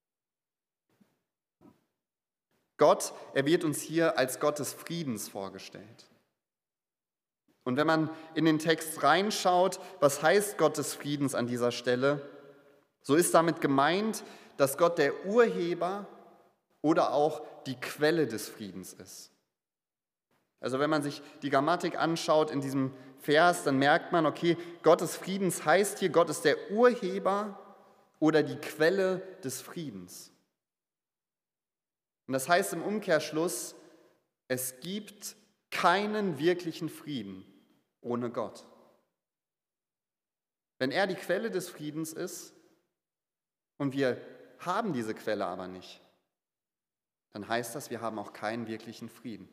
Gott, er wird uns hier als Gott des Friedens vorgestellt. Und wenn man in den Text reinschaut, was heißt Gott des Friedens an dieser Stelle, so ist damit gemeint, dass Gott der Urheber oder auch die Quelle des Friedens ist. Also wenn man sich die Grammatik anschaut in diesem Vers, dann merkt man, okay, Gott des Friedens heißt hier, Gott ist der Urheber oder die Quelle des Friedens. Und das heißt im Umkehrschluss, es gibt keinen wirklichen Frieden ohne Gott. Wenn er die Quelle des Friedens ist und wir haben diese Quelle aber nicht, dann heißt das, wir haben auch keinen wirklichen Frieden.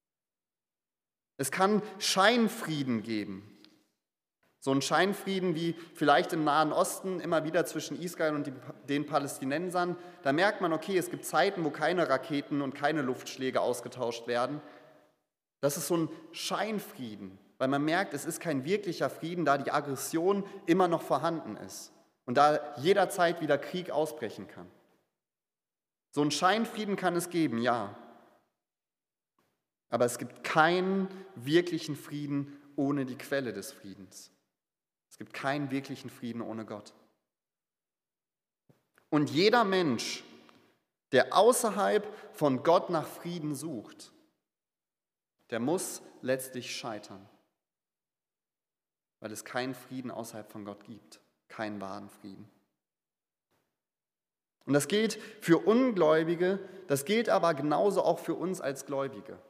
Es kann Scheinfrieden geben. So ein Scheinfrieden wie vielleicht im Nahen Osten immer wieder zwischen Israel und den Palästinensern. Da merkt man, okay, es gibt Zeiten, wo keine Raketen und keine Luftschläge ausgetauscht werden. Das ist so ein Scheinfrieden, weil man merkt, es ist kein wirklicher Frieden, da die Aggression immer noch vorhanden ist und da jederzeit wieder Krieg ausbrechen kann. So einen Scheinfrieden kann es geben, ja. Aber es gibt keinen wirklichen Frieden ohne die Quelle des Friedens. Es gibt keinen wirklichen Frieden ohne Gott. Und jeder Mensch, der außerhalb von Gott nach Frieden sucht, der muss letztlich scheitern. Weil es keinen Frieden außerhalb von Gott gibt. Keinen wahren Frieden. Und das gilt für Ungläubige, das gilt aber genauso auch für uns als Gläubige.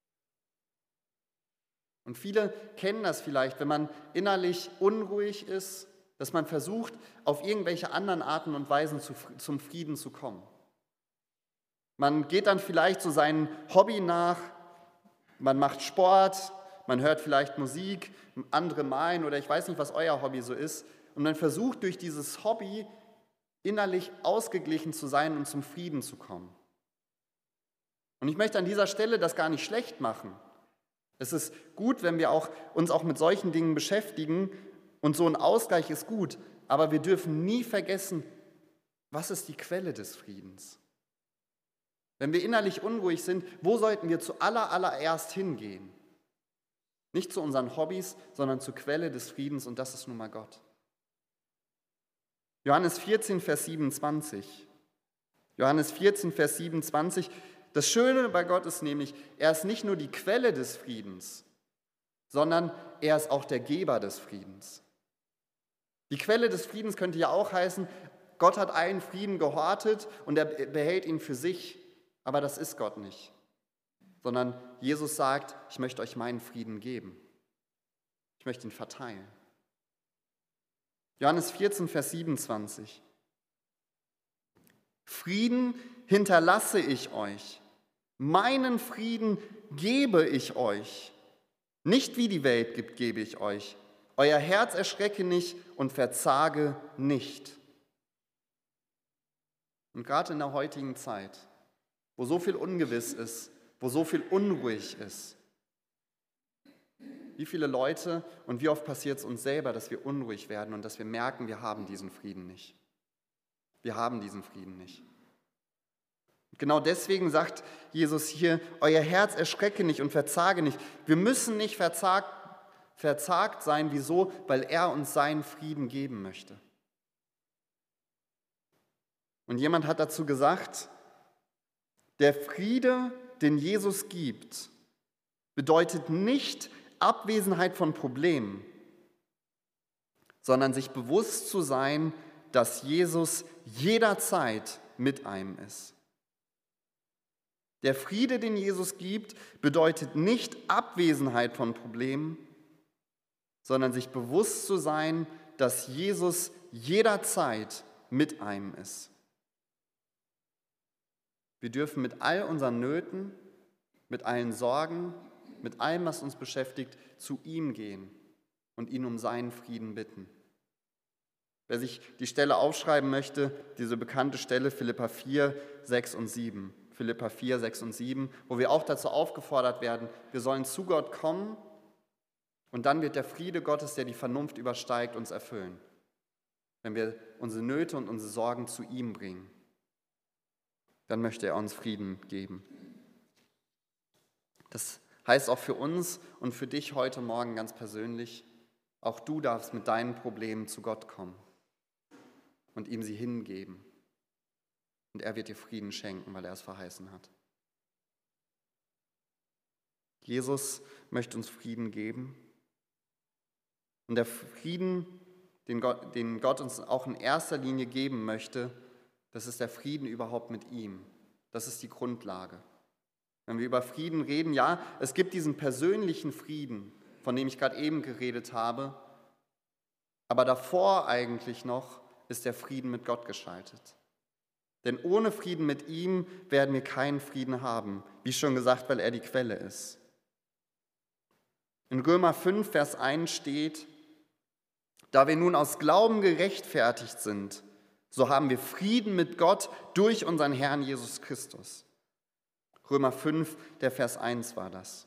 Und viele kennen das vielleicht, wenn man innerlich unruhig ist, dass man versucht, auf irgendwelche anderen Arten und Weisen zu, zum Frieden zu kommen. Man geht dann vielleicht so seinem Hobby nach, man macht Sport, man hört vielleicht Musik, andere malen oder ich weiß nicht, was euer Hobby so ist. Und man versucht durch dieses Hobby innerlich ausgeglichen zu sein und zum Frieden zu kommen. Und ich möchte an dieser Stelle das gar nicht schlecht machen. Es ist gut, wenn wir auch, uns auch mit solchen Dingen beschäftigen und so ein Ausgleich ist gut, aber wir dürfen nie vergessen, was ist die Quelle des Friedens? Wenn wir innerlich unruhig sind, wo sollten wir zuallererst hingehen? Nicht zu unseren Hobbys, sondern zur Quelle des Friedens und das ist nun mal Gott. Johannes vierzehn, Vers siebenundzwanzig. Johannes vierzehn, Vers siebenundzwanzig. Das Schöne bei Gott ist nämlich, er ist nicht nur die Quelle des Friedens, sondern er ist auch der Geber des Friedens. Die Quelle des Friedens könnte ja auch heißen, Gott hat allen Frieden gehortet und er behält ihn für sich, aber das ist Gott nicht. Sondern Jesus sagt, ich möchte euch meinen Frieden geben. Ich möchte ihn verteilen. Johannes vierzehn, Vers siebenundzwanzig. Frieden hinterlasse ich euch, meinen Frieden gebe ich euch. Nicht wie die Welt gibt, gebe ich euch. Euer Herz erschrecke nicht und verzage nicht. Und gerade in der heutigen Zeit, wo so viel ungewiss ist, wo so viel unruhig ist, wie viele Leute und wie oft passiert es uns selber, dass wir unruhig werden und dass wir merken, wir haben diesen Frieden nicht. Wir haben diesen Frieden nicht. Und genau deswegen sagt Jesus hier, euer Herz erschrecke nicht und verzage nicht. Wir müssen nicht verzagt, verzagt sein. Wieso? Weil er uns seinen Frieden geben möchte. Und jemand hat dazu gesagt, der Friede, den Jesus gibt, bedeutet nicht Abwesenheit von Problemen, sondern sich bewusst zu sein, dass Jesus jederzeit mit einem ist. Der Friede, den Jesus gibt, bedeutet nicht Abwesenheit von Problemen, sondern sich bewusst zu sein, dass Jesus jederzeit mit einem ist. Wir dürfen mit all unseren Nöten, mit allen Sorgen, mit allem, was uns beschäftigt, zu ihm gehen und ihn um seinen Frieden bitten. Wer sich die Stelle aufschreiben möchte, diese bekannte Stelle Philipper vier, sechs und sieben. Philipper vier, sechs und sieben, wo wir auch dazu aufgefordert werden, wir sollen zu Gott kommen und dann wird der Friede Gottes, der die Vernunft übersteigt, uns erfüllen, wenn wir unsere Nöte und unsere Sorgen zu ihm bringen. Dann möchte er uns Frieden geben. Das heißt auch für uns und für dich heute Morgen ganz persönlich, auch du darfst mit deinen Problemen zu Gott kommen und ihm sie hingeben. Und er wird dir Frieden schenken, weil er es verheißen hat. Jesus möchte uns Frieden geben. Und der Frieden, den Gott, den Gott uns auch in erster Linie geben möchte, das ist der Frieden überhaupt mit ihm. Das ist die Grundlage. Wenn wir über Frieden reden, ja, es gibt diesen persönlichen Frieden, von dem ich gerade eben geredet habe, aber davor eigentlich noch ist der Frieden mit Gott geschaltet. Denn ohne Frieden mit ihm werden wir keinen Frieden haben, wie schon gesagt, weil er die Quelle ist. In Römer fünf, Vers eins steht, da wir nun aus Glauben gerechtfertigt sind, so haben wir Frieden mit Gott durch unseren Herrn Jesus Christus. Römer fünf, der Vers eins war das.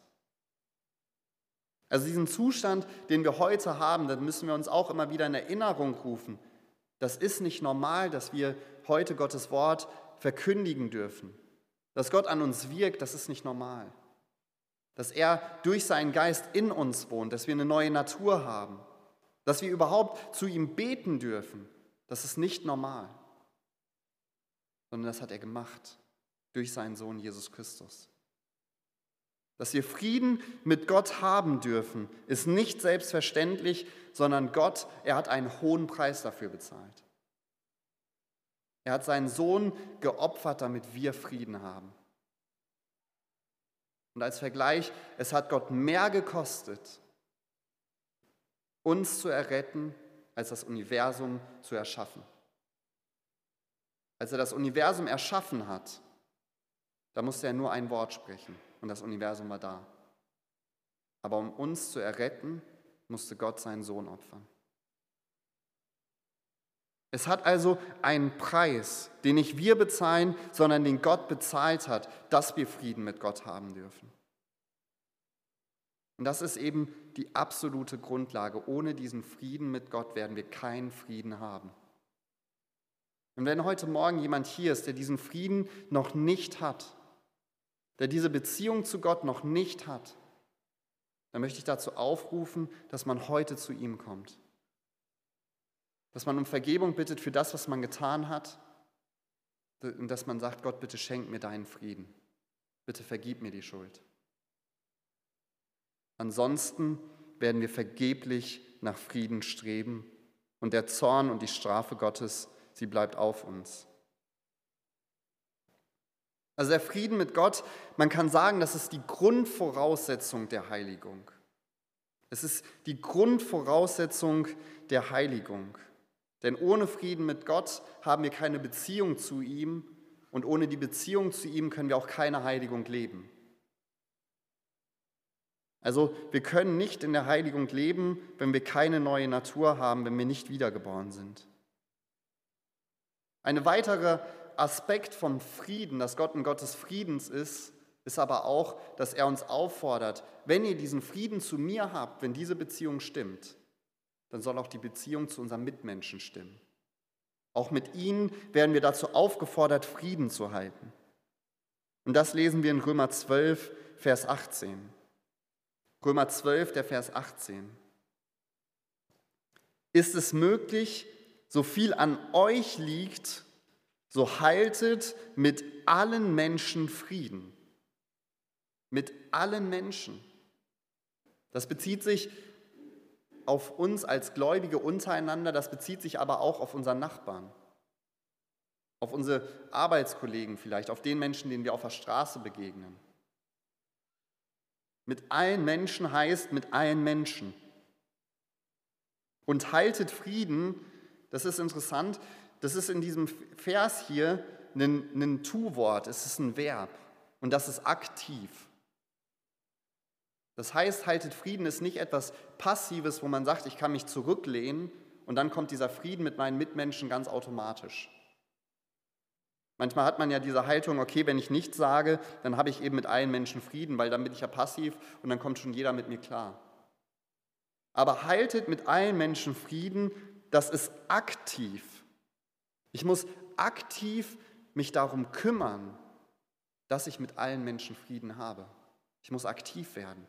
Also diesen Zustand, den wir heute haben, den müssen wir uns auch immer wieder in Erinnerung rufen. Das ist nicht normal, dass wir heute Gottes Wort verkündigen dürfen. Dass Gott an uns wirkt, das ist nicht normal. Dass er durch seinen Geist in uns wohnt, dass wir eine neue Natur haben. Dass wir überhaupt zu ihm beten dürfen, das ist nicht normal. Sondern das hat er gemacht durch seinen Sohn Jesus Christus. Dass wir Frieden mit Gott haben dürfen, ist nicht selbstverständlich, sondern Gott, er hat einen hohen Preis dafür bezahlt. Er hat seinen Sohn geopfert, damit wir Frieden haben. Und als Vergleich, es hat Gott mehr gekostet, uns zu erretten, als das Universum zu erschaffen. Als er das Universum erschaffen hat, da musste er nur ein Wort sprechen und das Universum war da. Aber um uns zu erretten, musste Gott seinen Sohn opfern. Es hat also einen Preis, den nicht wir bezahlen, sondern den Gott bezahlt hat, dass wir Frieden mit Gott haben dürfen. Und das ist eben die absolute Grundlage. Ohne diesen Frieden mit Gott werden wir keinen Frieden haben. Und wenn heute Morgen jemand hier ist, der diesen Frieden noch nicht hat, der diese Beziehung zu Gott noch nicht hat, dann möchte ich dazu aufrufen, dass man heute zu ihm kommt. Dass man um Vergebung bittet für das, was man getan hat und dass man sagt, Gott, bitte schenk mir deinen Frieden. Bitte vergib mir die Schuld. Ansonsten werden wir vergeblich nach Frieden streben und der Zorn und die Strafe Gottes, sie bleibt auf uns. Also der Frieden mit Gott, man kann sagen, das ist die Grundvoraussetzung der Heiligung. Es ist die Grundvoraussetzung der Heiligung. Denn ohne Frieden mit Gott haben wir keine Beziehung zu ihm und ohne die Beziehung zu ihm können wir auch keine Heiligung leben. Also wir können nicht in der Heiligung leben, wenn wir keine neue Natur haben, wenn wir nicht wiedergeboren sind. Ein weiterer Aspekt vom Frieden, dass Gott ein Gott des Friedens ist, ist aber auch, dass er uns auffordert, wenn ihr diesen Frieden zu mir habt, wenn diese Beziehung stimmt, dann soll auch die Beziehung zu unseren Mitmenschen stimmen. Auch mit ihnen werden wir dazu aufgefordert, Frieden zu halten. Und das lesen wir in Römer zwölf, Vers achtzehn. Römer zwölf, der Vers achtzehn. Ist es möglich, so viel an euch liegt, so haltet mit allen Menschen Frieden. Mit allen Menschen. Das bezieht sich auf uns als Gläubige untereinander, das bezieht sich aber auch auf unseren Nachbarn, auf unsere Arbeitskollegen vielleicht, auf den Menschen, denen wir auf der Straße begegnen. Mit allen Menschen heißt mit allen Menschen. Und haltet Frieden, das ist interessant, das ist in diesem Vers hier ein, ein Tu-Wort, es ist ein Verb und das ist aktiv. Das heißt, haltet Frieden ist nicht etwas Passives, wo man sagt, ich kann mich zurücklehnen und dann kommt dieser Frieden mit meinen Mitmenschen ganz automatisch. Manchmal hat man ja diese Haltung, okay, wenn ich nichts sage, dann habe ich eben mit allen Menschen Frieden, weil dann bin ich ja passiv und dann kommt schon jeder mit mir klar. Aber haltet mit allen Menschen Frieden, das ist aktiv. Ich muss aktiv mich darum kümmern, dass ich mit allen Menschen Frieden habe. Ich muss aktiv werden.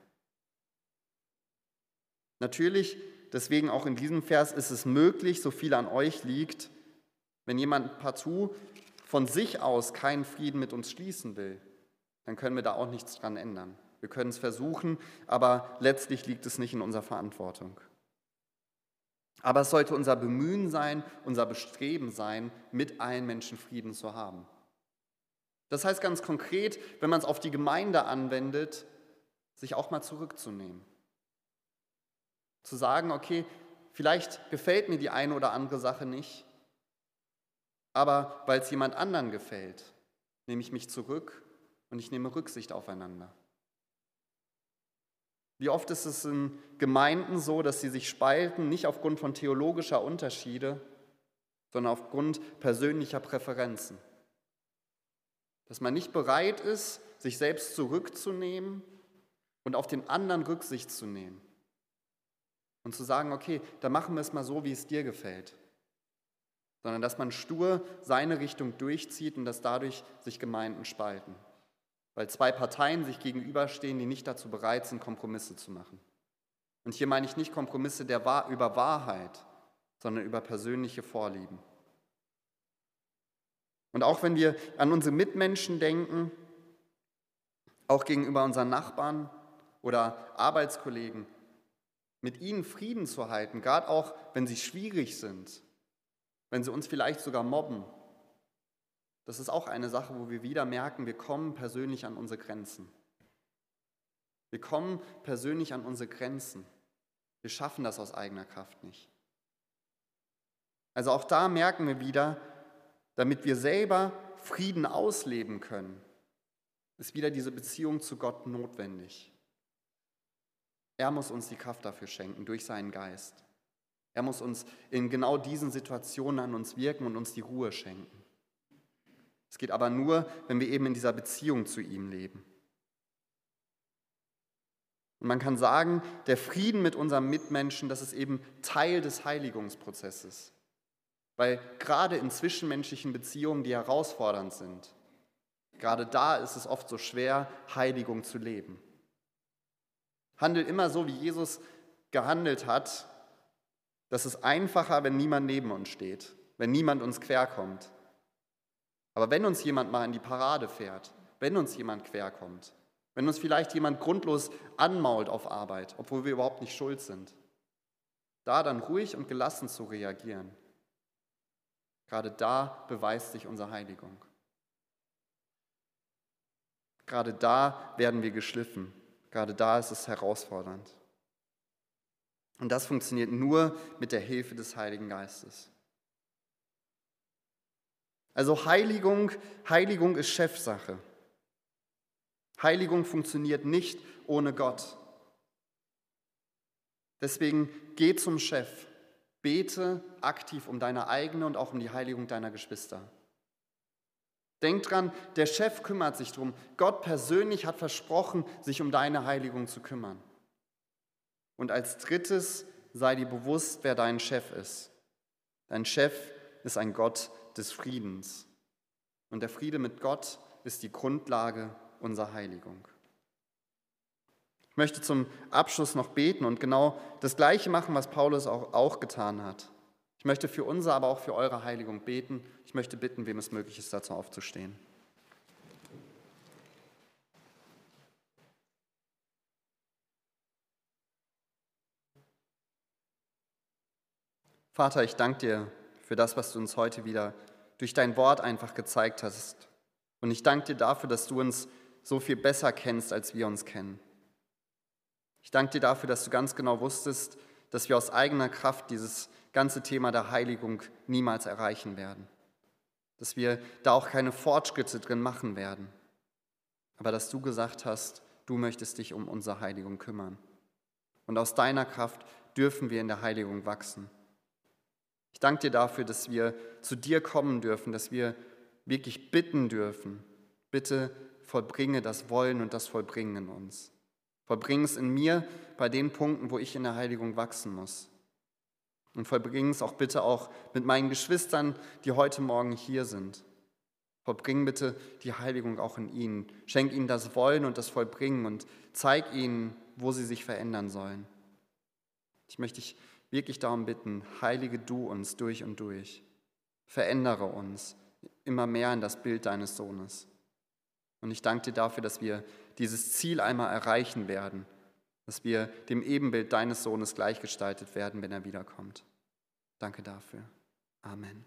Natürlich, deswegen auch in diesem Vers ist es möglich, so viel an euch liegt, wenn jemand partout von sich aus keinen Frieden mit uns schließen will, dann können wir da auch nichts dran ändern. Wir können es versuchen, aber letztlich liegt es nicht in unserer Verantwortung. Aber es sollte unser Bemühen sein, unser Bestreben sein, mit allen Menschen Frieden zu haben. Das heißt ganz konkret, wenn man es auf die Gemeinde anwendet, sich auch mal zurückzunehmen. Zu sagen, okay, vielleicht gefällt mir die eine oder andere Sache nicht, aber weil es jemand anderen gefällt, nehme ich mich zurück und ich nehme Rücksicht aufeinander. Wie oft ist es in Gemeinden so, dass sie sich spalten, nicht aufgrund von theologischer Unterschiede, sondern aufgrund persönlicher Präferenzen. Dass man nicht bereit ist, sich selbst zurückzunehmen und auf den anderen Rücksicht zu nehmen. Und zu sagen, okay, dann machen wir es mal so, wie es dir gefällt. Sondern dass man stur seine Richtung durchzieht und dass dadurch sich Gemeinden spalten. Weil zwei Parteien sich gegenüberstehen, die nicht dazu bereit sind, Kompromisse zu machen. Und hier meine ich nicht Kompromisse der Wahr- über Wahrheit, sondern über persönliche Vorlieben. Und auch wenn wir an unsere Mitmenschen denken, auch gegenüber unseren Nachbarn oder Arbeitskollegen, mit ihnen Frieden zu halten, gerade auch wenn sie schwierig sind, wenn sie uns vielleicht sogar mobben, das ist auch eine Sache, wo wir wieder merken, wir kommen persönlich an unsere Grenzen. Wir kommen persönlich an unsere Grenzen. Wir schaffen das aus eigener Kraft nicht. Also auch da merken wir wieder, damit wir selber Frieden ausleben können, ist wieder diese Beziehung zu Gott notwendig. Er muss uns die Kraft dafür schenken, durch seinen Geist. Er muss uns in genau diesen Situationen an uns wirken und uns die Ruhe schenken. Es geht aber nur, wenn wir eben in dieser Beziehung zu ihm leben. Und man kann sagen, der Frieden mit unserem Mitmenschen, das ist eben Teil des Heiligungsprozesses. Weil gerade in zwischenmenschlichen Beziehungen, die herausfordernd sind, gerade da ist es oft so schwer, Heiligung zu leben. Handel immer so, wie Jesus gehandelt hat. Das ist einfacher, wenn niemand neben uns steht, wenn niemand uns querkommt. Aber wenn uns jemand mal in die Parade fährt, wenn uns jemand querkommt, wenn uns vielleicht jemand grundlos anmault auf Arbeit, obwohl wir überhaupt nicht schuld sind, da dann ruhig und gelassen zu reagieren, gerade da beweist sich unsere Heiligung. Gerade da werden wir geschliffen. Gerade da ist es herausfordernd. Und das funktioniert nur mit der Hilfe des Heiligen Geistes. Also Heiligung, Heiligung ist Chefsache. Heiligung funktioniert nicht ohne Gott. Deswegen geh zum Chef, bete aktiv um deine eigene und auch um die Heiligung deiner Geschwister. Denk dran, der Chef kümmert sich drum. Gott persönlich hat versprochen, sich um deine Heiligung zu kümmern. Und als drittes sei dir bewusst, wer dein Chef ist. Dein Chef ist ein Gott des Friedens. Und der Friede mit Gott ist die Grundlage unserer Heiligung. Ich möchte zum Abschluss noch beten und genau das Gleiche machen, was Paulus auch, auch getan hat. Ich möchte für unsere, aber auch für eure Heiligung beten. Ich möchte bitten, wem es möglich ist, dazu aufzustehen. Vater, ich danke dir für das, was du uns heute wieder durch dein Wort einfach gezeigt hast. Und ich danke dir dafür, dass du uns so viel besser kennst, als wir uns kennen. Ich danke dir dafür, dass du ganz genau wusstest, dass wir aus eigener Kraft dieses ganze Thema der Heiligung niemals erreichen werden. Dass wir da auch keine Fortschritte drin machen werden. Aber dass du gesagt hast, du möchtest dich um unsere Heiligung kümmern. Und aus deiner Kraft dürfen wir in der Heiligung wachsen. Ich danke dir dafür, dass wir zu dir kommen dürfen, dass wir wirklich bitten dürfen. Bitte vollbringe das Wollen und das Vollbringen in uns. Vollbringe es in mir bei den Punkten, wo ich in der Heiligung wachsen muss. Und vollbringe es auch bitte auch mit meinen Geschwistern, die heute Morgen hier sind. Vollbring bitte die Heiligung auch in ihnen. Schenk ihnen das Wollen und das Vollbringen und zeig ihnen, wo sie sich verändern sollen. Ich möchte dich wirklich darum bitten, heilige du uns durch und durch. Verändere uns immer mehr in das Bild deines Sohnes. Und ich danke dir dafür, dass wir dieses Ziel einmal erreichen werden, dass wir dem Ebenbild deines Sohnes gleichgestaltet werden, wenn er wiederkommt. Danke dafür. Amen.